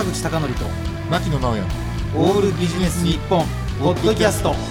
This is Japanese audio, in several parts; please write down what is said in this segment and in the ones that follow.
坂口孝則と牧野直哉オールビジネス日本ポッドキャスト。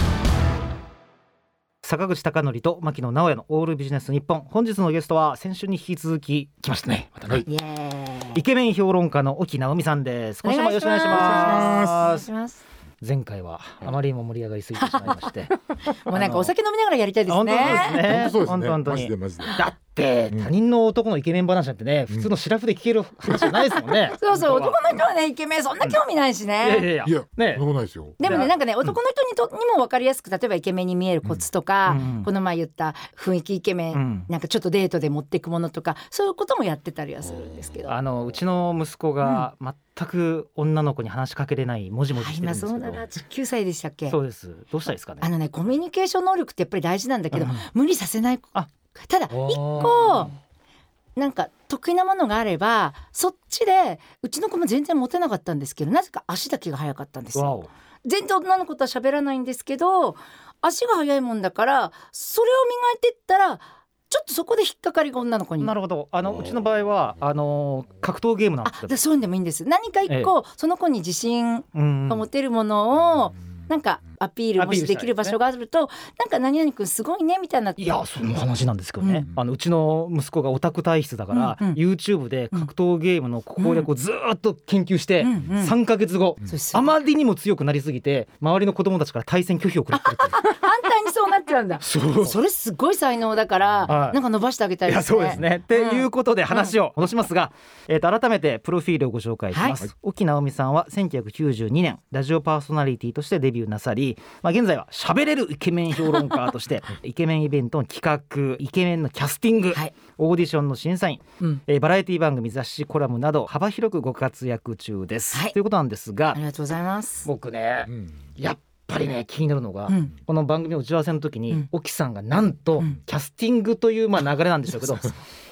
坂口孝則と牧野直哉のオールビジネス日本、本日のゲストは先週に引き続き来ましたね、またね、 はい、 イエーイ。 イケメン評論家の沖直美さんです。今週もよろしくお願いしお願まいします。 前回はあまりにも盛り上がりすぎてしまいましてもうなんかお酒飲みながらやりたいです本当ですね。 ね。 本当そうですね。 本当にマジでマジで。 だって他人の男のイケメン話なんてね、普通のシラフで聞ける話じゃないですもんねそうそう、 本当は男の人はねイケメンそんな興味ないしいやいね。 やいや、 ねそんなことないですよ。 でもね、なんかね、男の人にも分かりやすく、例えばイケメンに見えるコツとか、 うんこの前言った雰囲気イケメン、 うんなんかちょっとデートで持っていくものとか、そういうこともやってたりはするんですけど。 うちの息子が全く女の子に話しかけれないもじもじしてるん今ですけど、 そうだな、9歳でしたっけ。 そうです。どうしたらいいですかね。 コミュニケーション能力ってやっぱり大事なんだけど、 うん無理させない。 あただ一個なんか得意なものがあれば、そっちでうちの子も全然モテなかったんですけど、なぜか足だけが速かったんですよ。 わお全然女の子とは喋らないんですけど、足が速いもんだからそれを磨いてったら、ちょっとそこで引っかかりが女の子に。 なるほど。うちの場合は格闘ゲームなんですけど、 そういうのでもいいんです。何か一個、その子に自信が持てるものをなんかアピールもしできる場所があると、なんか何々くんすごいねみたいな。 いやその話なんですけどね、うちの息子がオタク体質だから、YouTube で格闘ゲームの攻略をずっと研究して、3ヶ月後、あまりにも強くなりすぎて周りの子供たちから対戦拒否を食らってるっていう反対にそうなっちゃうんだ。 そうそれすごい才能だから、 はいなんか伸ばしてあげたいですね。 いやそうですね、っていうことで話を戻しますが、改めてプロフィールをご紹介します、 はい沖直美さんは1992年ラジオパーソナリティとしてデビューなさり、現在は喋れるイケメン評論家としてイケメンイベントの企画、イケメンのキャスティング、 はい、 オーディションの審査員、バラエティ番組、雑誌、コラムなど幅広くご活躍中です、ということなんですが、 ありがとうございます。 僕ね、やっぱりね気になるのが、この番組の打ち合わせの時に、沖さんがなんと、キャスティングという流れなんでしょうけど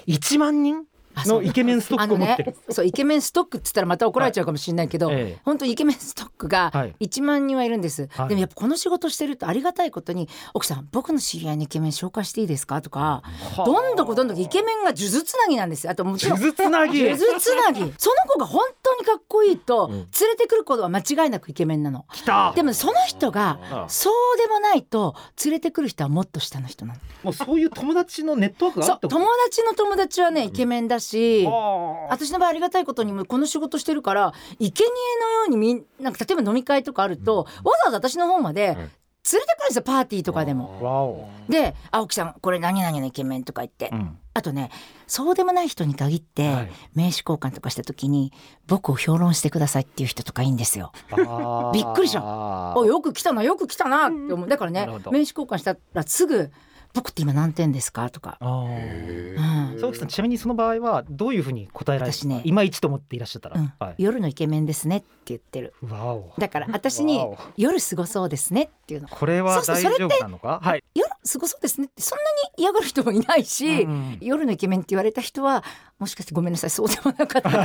1万人のイケメンストックを持ってる。 そうイケメンストックって言ったらまた怒られちゃうかもしれないけど、本当イケメンストックが1万人はいるんです、でもやっぱこの仕事してるとありがたいことに、奥さん僕の知り合いにイケメン紹介していいですかとか、どんどんイケメンが数珠つなぎなんですよ。あともちろん数珠つなぎその子が本当にかっこいいと連れてくることは間違いなくイケメンなの。 来た。 でもその人がそうでもないと連れてくる人はもっと下の人なの。 もうそういう友達のネットワークがあってそう、友達の友達はねイケメンだし、私の場合ありがたいことにもこの仕事してるから、生贄のようになんか例えば飲み会とかあると、わざわざ私の方まで連れてくるんですよ、パーティーとかでも。で、青木さんこれ何々のイケメンとか言って、あとね、そうでもない人に限って、名刺交換とかした時に僕を評論してくださいっていう人とかいいんですよ。びっくりした。よく来たなって思う。だからね、名刺交換したらすぐ僕って今何点ですかとか。 そうさん、ちなみにその場合はどういうふうに答えられるんですか？いまいちと思っていらっしゃったら、 夜のイケメンですねって言ってる。だから私に夜過ごそうですねっていうの。 これは大丈夫なのか？ 夜過ごそうですねってそんなに嫌がる人もいないし、夜のイケメンって言われた人はもしかしてごめんなさい、そうでもなかった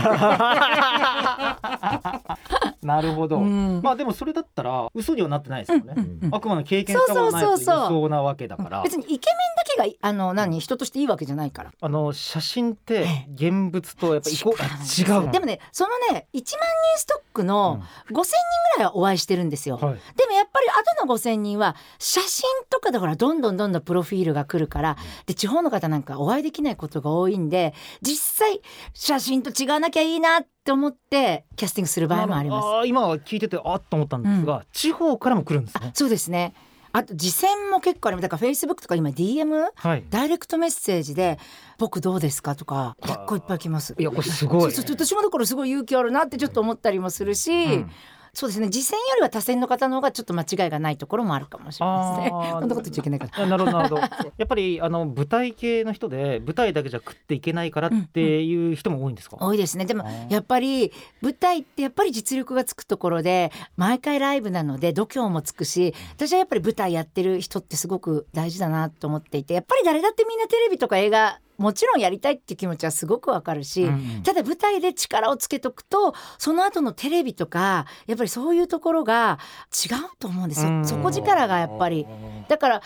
なるほど、でもそれだったら嘘にはなってないですよね、あくまで経験者もないと嘘なわけだから。 別にイケメンだけが人としていいわけじゃないから。 写真って現物とやっぱ違う。 でもね、そのね1万人ストックの5000人ぐらいはお会いしてるんですよ、でもやっぱりあとの5000人は写真とかだからどんどんプロフィールが来るから、で地方の方なんかお会いできないことが多いんで、実際写真と違わなきゃいいなって思ってキャスティングする場合もあります。 今聞いててと思ったんですが、地方からも来るんですね。 そうですね。あと次戦も結構あります。だから Facebook とか今 DM、ダイレクトメッセージで僕どうですかとか結構いっぱい来ます。 いやこれすごい。 私もだからすごい勇気あるなってちょっと思ったりもするし、そうですね、次戦よりは他戦の方の方がちょっと間違いがないところもあるかもしれないですね。こんなこと言っちゃいけないから。 なるほどやっぱり舞台系の人で舞台だけじゃ食っていけないからっていう人も多いんですか？ 多いですね。でもやっぱり舞台ってやっぱり実力がつくところで、毎回ライブなので度胸もつくし、私はやっぱり舞台やってる人ってすごく大事だなと思っていて、やっぱり誰だってみんなテレビとか映画もちろんやりたいっていう気持ちはすごくわかるし、ただ舞台で力をつけとくとその後のテレビとかやっぱりそういうところが違うと思うんですよ、底力がやっぱり。だから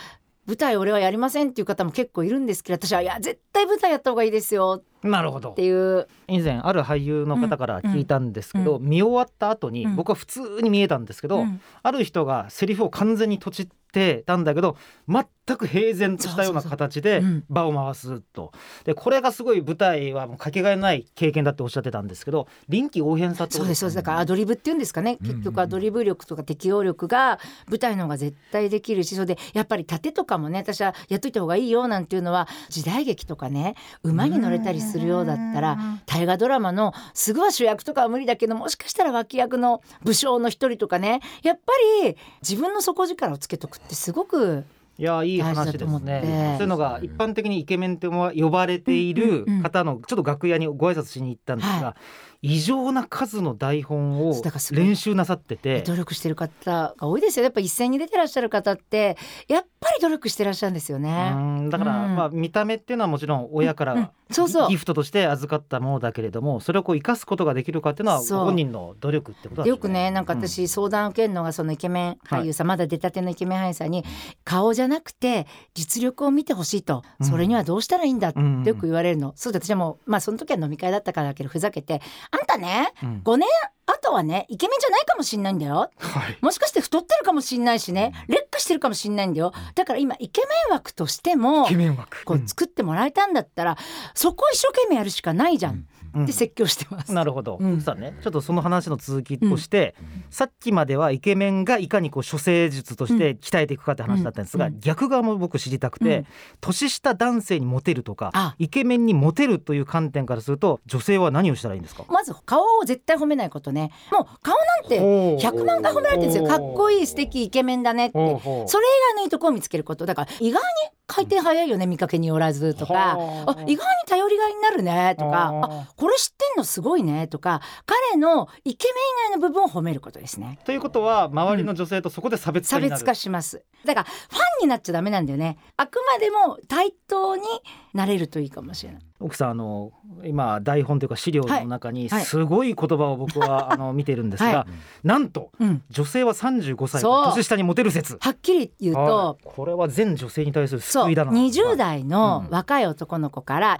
舞台俺はやりませんっていう方も結構いるんですけど、私はいや絶対舞台やった方がいいですよなるほどっていう。 以前ある俳優の方から聞いたんですけど、見終わった後に僕は普通に見えたんですけど、ある人がセリフを完全に閉じてたんだけど全く平然としたような形で場を回すと。でこれがすごい舞台はもうかけがえない経験だっておっしゃってたんですけど、臨機応変さってことですね。 そうですだからアドリブっていうんですかね、結局アドリブ力とか適応力が舞台の方が絶対できるし、それでやっぱり盾とかもね、私はやっといた方がいいよなんていうのは、時代劇とかね馬に乗れたりするようだったら大河ドラマのすぐは主役とかは無理だけど、もしかしたら脇役の武将の一人とかね、やっぱり自分の底力をつけとくってすごくいやいい話ですね。そういうのが一般的にイケメンと呼ばれている方のちょっと楽屋にご挨拶しに行ったんですが、異常な数の台本を練習なさってて努力してる方が多いですよ。やっぱ一線に出てらっしゃる方ってやっぱり努力してらっしゃるんですよね。 だから、まあ、見た目っていうのはもちろん親からギフトとして預かったものだけれども、それをこう生かすことができるかっていうのはご本人の努力ってことだ、ね、 よくね、なんか私相談を受けるのがそのイケメン俳優さん、まだ出たてのイケメン俳優さんに顔じゃなくて実力を見てほしいと、それにはどうしたらいいんだってよく言われるの。そうで私はもう、その時は飲み会だったからだけどふざけて、あんたね、5年あとはねイケメンじゃないかもしんないんだよ、もしかして太ってるかもしんないしね、劣化してるかもしんないんだよ。だから今イケメン枠としてもこう作ってもらえたんだったら、そこを一生懸命やるしかないじゃんって説教してます。 なるほど、さあね、ちょっとその話の続きとして、さっきまではイケメンがいかにこう処世術として鍛えていくかって話だったんですが、逆側も僕知りたくて、年下男性にモテるとかイケメンにモテるという観点からすると女性は何をしたらいいんですか？ まず顔を絶対褒めないことね。もう顔なんて100万回褒められてるんですよ。かっこいい素敵イケメンだねって。それ以外のいいとこを見つけることだから、意外に回転早いよね見かけによらずとか、意外に頼りがいになるねとか、これ知ってんのすごいねとか、彼のイケメン以外の部分を褒めることですね。 ということは周りの女性とそこで差別化になる、 差別化します。だからファンになっちゃダメなんだよね。あくまでも対等になれるといいかもしれない。 奥さん今台本というか資料の中にすごい言葉を僕は見てるんですが、なんと、女性は35歳年下にモテる説。 はっきり言うと、 これは全女性に対する救いだな。 20代の若い男の子から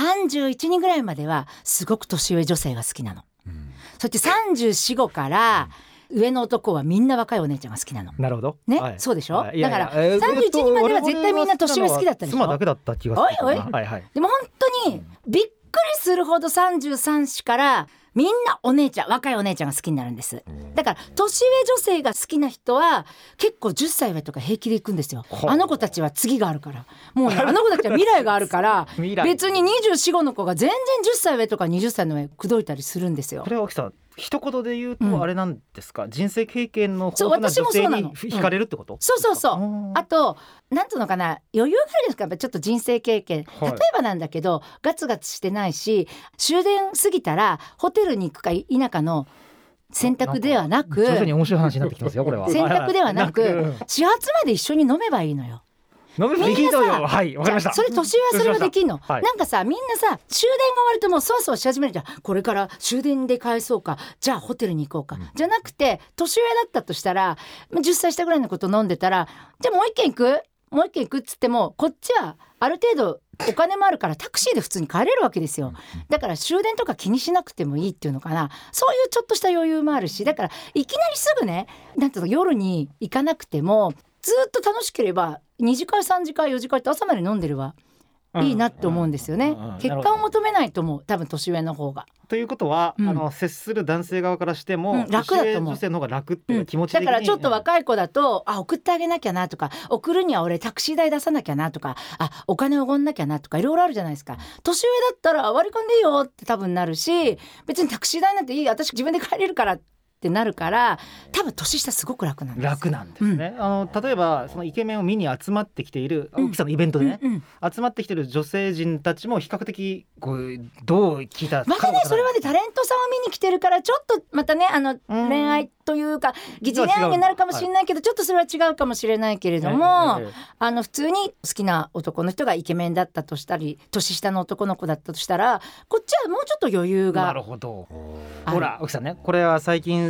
31、2ぐらいまではすごく年上女性が好きなの、そして34、5から上の男はみんな若いお姉ちゃんが好きなの。 なるほどね、そうでしょ。だから31、2までは絶対みんな年上好きだったでしょ。 妻だけだった気がする。 でも本当にびっくりするほど33歳からみんなお姉ちゃん、若いお姉ちゃんが好きになるんです。だから年上女性が好きな人は結構10歳上とか平気で行くんですよ。あの子たちは次があるから、もうね、あの子たちは未来があるから別に24、5の子が全然10歳上とか20歳の上口説いたりするんですよ。 これは沖さん一言で言うとあれなんですか、人生経験の豊富な女性に惹かれるってこと？ そうあとなんていうのかな、余裕があるんですか、やっぱちょっと人生経験、例えばなんだけどガツガツしてないし、終電過ぎたらホテルに行くか否かの選択ではなく、 徐々に面白い話になってきますよこれは。 選択ではなく始発まで一緒に飲めばいいのよ。 飲めばいいのよ。はい、わかりました。 それ年上はそれはできんの、なんかさ、みんなさ終電が終わるともうそわそわし始めるじゃん。これから終電で帰そうか、じゃあホテルに行こうか、じゃなくて年上だったとしたら10歳下ぐらいのこと飲んでたら、じゃあもう一軒行くっつっても、こっちはある程度お金もあるからタクシーで普通に帰れるわけですよ。だから終電とか気にしなくてもいいっていうのかな、そういうちょっとした余裕もあるし、だからいきなりすぐね、なんていうの、夜に行かなくてもずっと楽しければ2次会3次会4次会って朝まで飲んでればいいなって思うんですよね。結果を求めないと思う、多分年上の方が。 ということは、接する男性側からしても、 楽だと思う。 女性の方が楽っていう気持ち的に、 だからちょっと若い子だと、送ってあげなきゃなとか、送るには俺タクシー代出さなきゃなとか、お金おごんなきゃなとか、いろいろあるじゃないですか。年上だったら割り込んでいいよって多分なるし、別にタクシー代なんていい、私自分で帰れるからってなるから、多分年下すごく楽なんです。 楽なんですね、例えばそのイケメンを見に集まってきている沖さんのイベントでね、集まってきている女性陣たちも比較的こうどう聞いたまだね、それはねタレントさんを見に来てるから、ちょっとまたね恋愛というか疑似恋愛になるかもしれないけど、ちょっとそれは違うかもしれないけれども、普通に好きな男の人がイケメンだったとしたり、年下の男の子だったとしたら、こっちはもうちょっと余裕が。 なるほど。ほら沖さんね、これは最近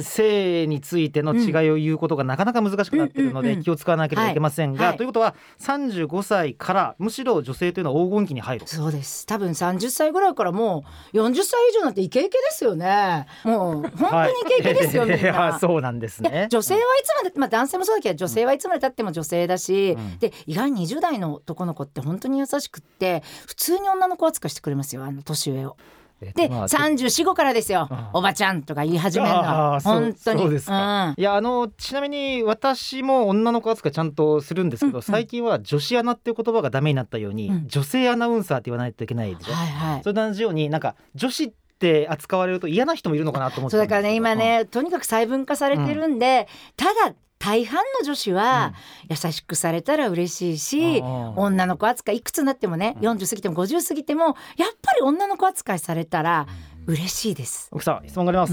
性についての違いを言うことがなかなか難しくなっているので気を使わなければいけませんが、ということは35歳からむしろ女性というのは黄金期に入る。 そうです。多分30歳ぐらいからもう40歳以上なんてイケイケですよね。もう本当にイケイケですよ、みんな。 そうなんですね。 女性はいつまで、男性もそうだけど女性はいつまでたっても女性だし、で意外に20代の男の子って本当に優しくって普通に女の子扱いしてくれますよ、年上を。で、34、5からですよ、おばちゃんとか言い始めるのは本当に。 そうですか。いやちなみに私も女の子扱いちゃんとするんですけど、最近は女子アナっていう言葉がダメになったように、女性アナウンサーって言わないといけないでしょ。それと同じようになんか女子って扱われると嫌な人もいるのかなと思って。 そうだからね、今ね、とにかく細分化されてるんで、ただ大半の女子は優しくされたら嬉しいし、女の子扱いいくつになってもね、40過ぎても50過ぎてもやっぱり女の子扱いされたら嬉しいです。 奥さん、質問があります。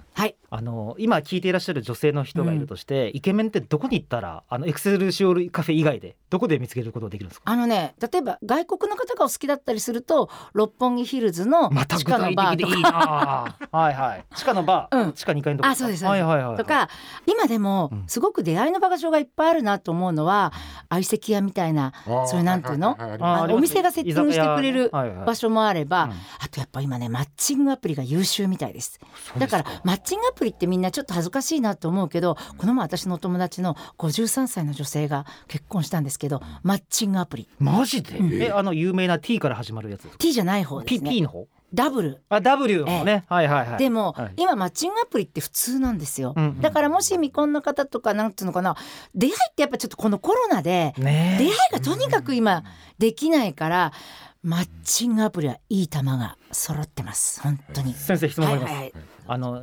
はい。 今聞いていらっしゃる女性の人がいるとして、イケメンってどこに行ったらエクセルシオールカフェ以外でどこで見つけることができるんですか？ 例えば外国の方がお好きだったりすると六本木ヒルズの地下のバーとか、 いいなはいはい、地下のバー、地下2階のところ、 そうです、とか、今でもすごく出会いの場所がいっぱいあるなと思うのは、相席屋みたいな、それなんていうの、お店がセッティングしてくれる場所もあれば、あとやっぱ今ね、マッチングアプリが優秀みたいです。だからマッチングアプリってみんなちょっと恥ずかしいなと思うけど、この前私のお友達の53歳の女性が結婚したんですけど、マッチングアプリ。 マジで？有名な T から始まるやつですか？ T じゃない方ですね。 P の方？ ダブル。 W のね、 でも、今マッチングアプリって普通なんですよ、だからもし未婚の方とか、なんていうのかな、出会いってやっぱちょっとこのコロナで出会いがとにかく今できないから、マッチングアプリはいい玉が揃ってます、本当に。 先生、質問あります。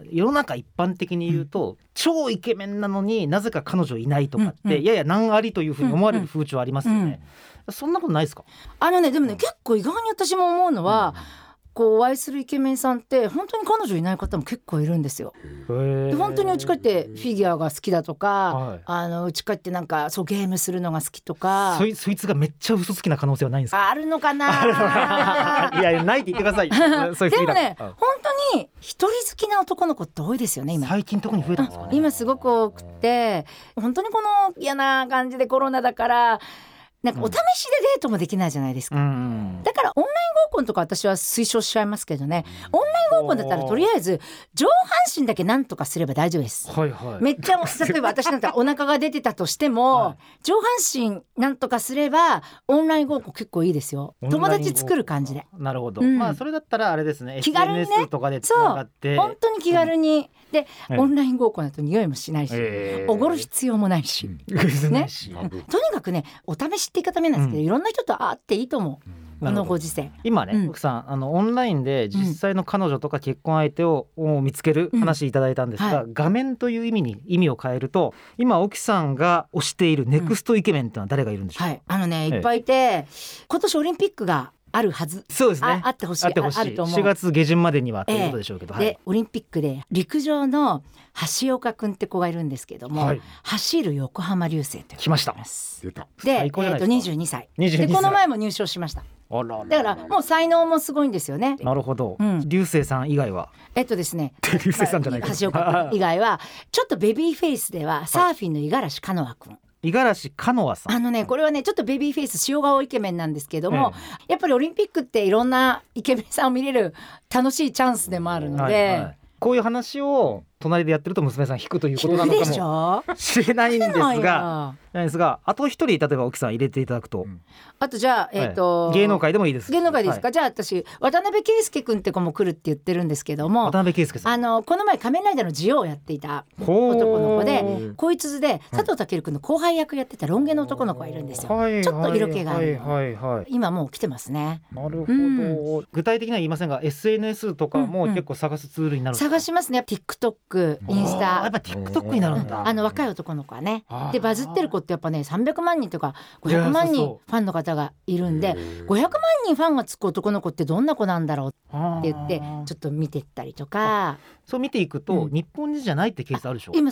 世の中一般的に言うと、超イケメンなのになぜか彼女いないとかって、やや難ありというふうに思われる風潮ありますよね。そんなことないですか？でもね、結構意外に私も思うのは、こうお会いするイケメンさんって本当に彼女いない方も結構いるんですよ。で本当に家帰ってフィギュアが好きだとか、家帰ってなんかそうゲームするのが好きとか。 そいつがめっちゃ嘘つきな可能性はないんですか？ あるのかないや、ないって言ってくださいでもね、本当に一人好きな男の子って多いですよね、今。 最近特に増えたんですかね。 今すごく多くて、本当にこの嫌な感じでコロナだからなんかお試しでデートもできないじゃないですか、だからオンライン合コンとか私は推奨しちゃいますけどね。オンライン合コンだったらとりあえず上半身だけなんとかすれば大丈夫です、めっちゃ例えば私なんかお腹が出てたとしても、上半身なんとかすればオンライン合コン結構いいですよ。友達作る感じで。 なるほど、それだったらあれですね、 気軽にね、 SNS とかでつながって、 そう本当に気軽に、で、オンライン合コンだと匂いもしないし、おごる必要もないし、ね、とにかくね、お試しって言い方目なんですけど、いろんな人と会っていいと思う、このご時世。 今ね、奥さんオンラインで実際の彼女とか結婚相手を見つける話いただいたんですが、画面という意味を変えると、今奥さんが推しているネクストイケメンってのは誰がいるんでしょう？ いっぱいいて、今年オリンピックがあるはず。 そうですね、 あってほしい、あると思う。 4月下旬までにはということでしょうけど、 でオリンピックで陸上の橋岡くんって子がいるんですけども、走る横浜流星という来ました。 で、22歳でこの前も入賞しました。だからもう才能もすごいんですよね。 なるほど、流星さん以外はですね、 流星さんじゃないか、 橋岡くん以外はちょっとベビーフェイスではサーフィンの五十嵐カノアくん、 五十嵐カノアさん、 これはねちょっとベビーフェイス塩顔イケメンなんですけども、やっぱりオリンピックっていろんなイケメンさんを見れる楽しいチャンスでもあるので、 こういう話を隣でやってると娘さん引くということなのかもしれないんですが、あと一人例えば奥さん入れていただくと、 あとじゃあ、 芸能界でもいいです。 芸能界ですか、じゃあ私渡辺圭介くんって子も来るって言ってるんですけども、 渡辺圭介さん、 この前仮面ライダーのジオをやっていた男の子で、こいつで佐藤健くんの後輩役やってたロン毛の男の子がいるんですよ、ちょっと色気がある、今もう来てますね。 なるほど、具体的には言いませんが SNS とかも結構探すツールになるんですか？ 探しますね。 TikTok、インスタ、 やっぱ TikTok になるんだ。 若い男の子はね、でバズってる子ってやっぱね300万人とか500万人ファンの方がいるんで、500万人ファンがつく男の子ってどんな子なんだろうって言ってちょっと見てったりとか。 そう見ていくと、日本人じゃないってケースあるでしょ？ います、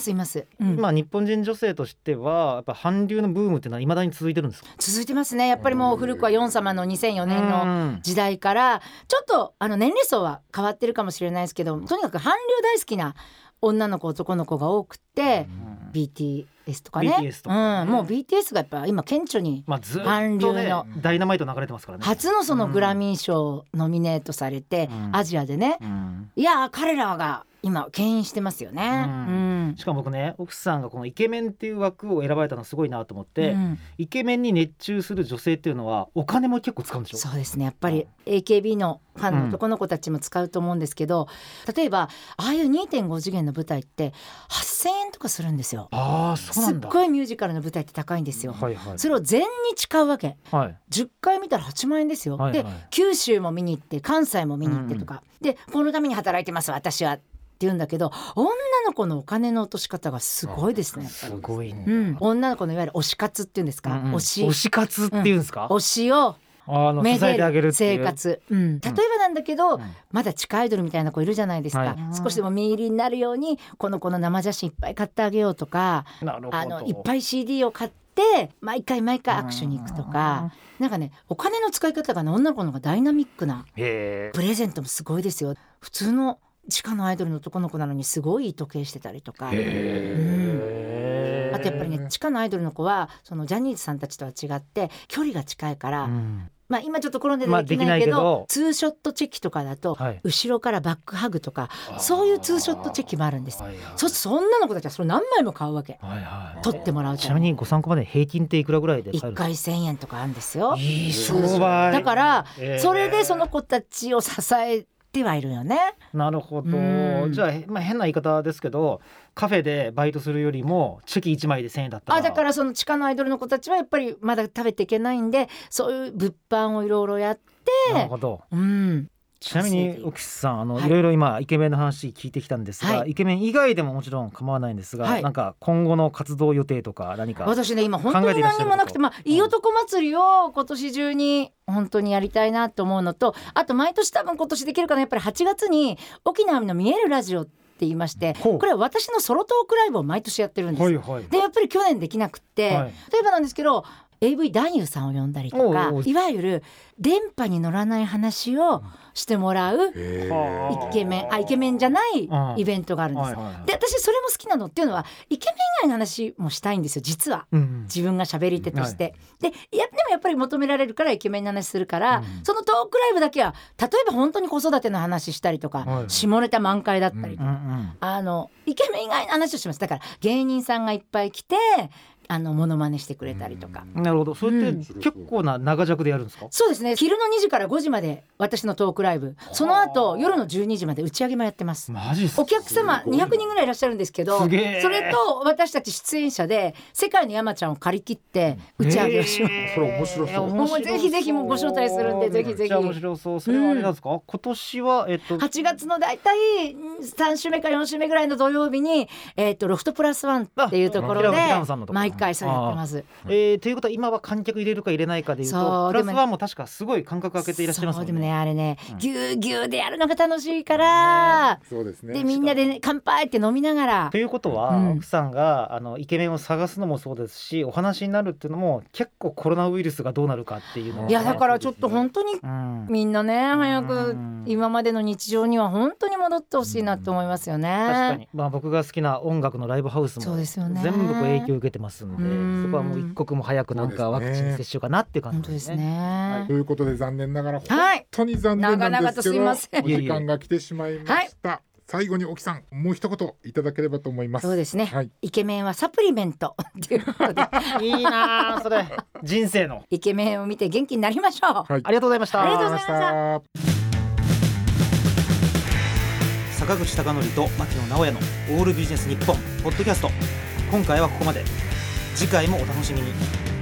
日本人女性としてはやっぱ韓流のブームっていうのは未だに続いてるんですか？ 続いてますね。やっぱりもう古くはヨン様の2004年の時代からちょっと年齢層は変わってるかもしれないですけど、とにかく韓流大好きな女の子男の子が多くて、BTS とかね、 BTS とかね、 もう BTS がやっぱ今顕著にずっ韓とね流のダイナマイト流れてますからね。 初のそのグラミー賞ノミネートされて、アジアでね、いや彼らが今牽引してますよね、 しかも僕ね、奥さんがこのイケメンっていう枠を選ばれたのすごいなと思って、イケメンに熱中する女性っていうのはお金も結構使うんでしょ。 そうですね、やっぱり AKB のファンの男の子たちも使うと思うんですけど、例えばああいう 2.5 次元の舞台って8000円とかするんですよ。 そうなんだ。 すっごいミュージカルの舞台って高いんですよ、それを全日買うわけ、10回見たら8万円ですよ、で九州も見に行って関西も見に行ってとか、でこのために働いてます私はって言うんだけど、女の子のお金の落とし方がすごいですね。 すごいね、 女の子のいわゆる推し活っていうんですか、 推し活っていうんですか、 推しをめでる生活、例えばなんだけど、まだ地下アイドルみたいな子いるじゃないですか、少しでも身入りになるようにこの子の生写真いっぱい買ってあげようとか、いっぱい CD を買って毎回握手に行くとか、なんかね、お金の使い方がね、女の子の方がダイナミックな、プレゼントもすごいですよ。普通の地下のアイドルの男の子なのにすごいいい時計してたりとか、あとやっぱりね、地下のアイドルの子はそのジャニーズさんたちとは違って距離が近いから、今ちょっとコロナでできないけど、ツーショットチェキとかだと、後ろからバックハグとかそういうツーショットチェキもあるんです。そうすると女の子たちはそれ何枚も買うわけ、取ってもらうと。 ちなみにご参考まで平均っていくらぐらいで買えるんですか？ 1回1000円とかあるんですよ。 いい商売だから、それでその子たちを支えてはいるよね。 なるほど、じゃあ、変な言い方ですけど、カフェでバイトするよりもチェキ1枚で1000円だったら、 だからその地下のアイドルの子たちはやっぱりまだ食べていけないんで、そういう物販をいろいろやって、 なるほど、ちなみに奥さんいろいろ今イケメンの話聞いてきたんですが、イケメン以外でももちろん構わないんですが、なんか今後の活動予定とか何か？ 私ね、今本当に何にもなくて、いい男祭りを今年中に本当にやりたいなと思うのと、あと毎年多分今年できるかな、やっぱり8月に沖縄の見えるラジオって言いまして、これは私のソロトークライブを毎年やってるんです、でやっぱり去年できなくって、例えばなんですけどAV 男優さんを呼んだりとか、いわゆる電波に乗らない話をしてもらうイケメンじゃないイベントがあるんですよ。で私それも好きなのっていうのは、イケメン以外の話もしたいんですよ実は、自分が喋り手として、でもやっぱり求められるからイケメンの話するから、そのトークライブだけは例えば本当に子育ての話したりとか、下ネタ満開だったりとか、イケメン以外の話をします。だから芸人さんがいっぱい来てモノマネしてくれたりとか。 なるほど、それって結構な長尺でやるんですか？ そうですね、昼の2時から5時まで私のトークライブ、その後夜の12時まで打ち上げもやってます。 マジっすか？ お客様200人ぐらいいらっしゃるんでけど、それと私たち出演者で世界の山ちゃんを借り切って打ち上げをします。 それ面白そう。 もうぜひぜひもうご招待するんで、ぜひぜひ。 面白そう。それはあれなんですか？今年は 8月のだいたい3週目か4週目ぐらいの土曜日にロフトプラスワンっていうところで毎回そうやってます。 ということは今は観客入れるか入れないかでいうと、プラスワンも確かすごい間隔空けていらっしゃいますもんね。 でもね、あれね、ぎゅうぎゅうでやるのが楽しいから、 そうですね。 でみんなで、乾杯って飲みながら。 ということは、奥さんがイケメンを探すのもそうですし、お話になるっていうのも結構コロナウイルスがどうなるかっていうのを、 いやだからちょっと本当に、みんなね早く今までの日常には本当に戻ってほしいなと思いますよね。 確かに、僕が好きな音楽のライブハウスも全部影響を受けてますんで、そこはもう一刻も早くなんかワクチン接種かなっていう感じですね。 ということで残念ながら本当に残念なんですけど、お時間が来てしまいました。最後に沖さんもう一言いただければと思います。 そうですね、イケメンはサプリメントっていうことでいいなそれ、人生のイケメンを見て元気になりましょう。 ありがとうございました。 ありがとうございました。 坂口孝則と牧野直哉のオールビジネス日本ポッドキャスト、今回はここまで。次回もお楽しみに。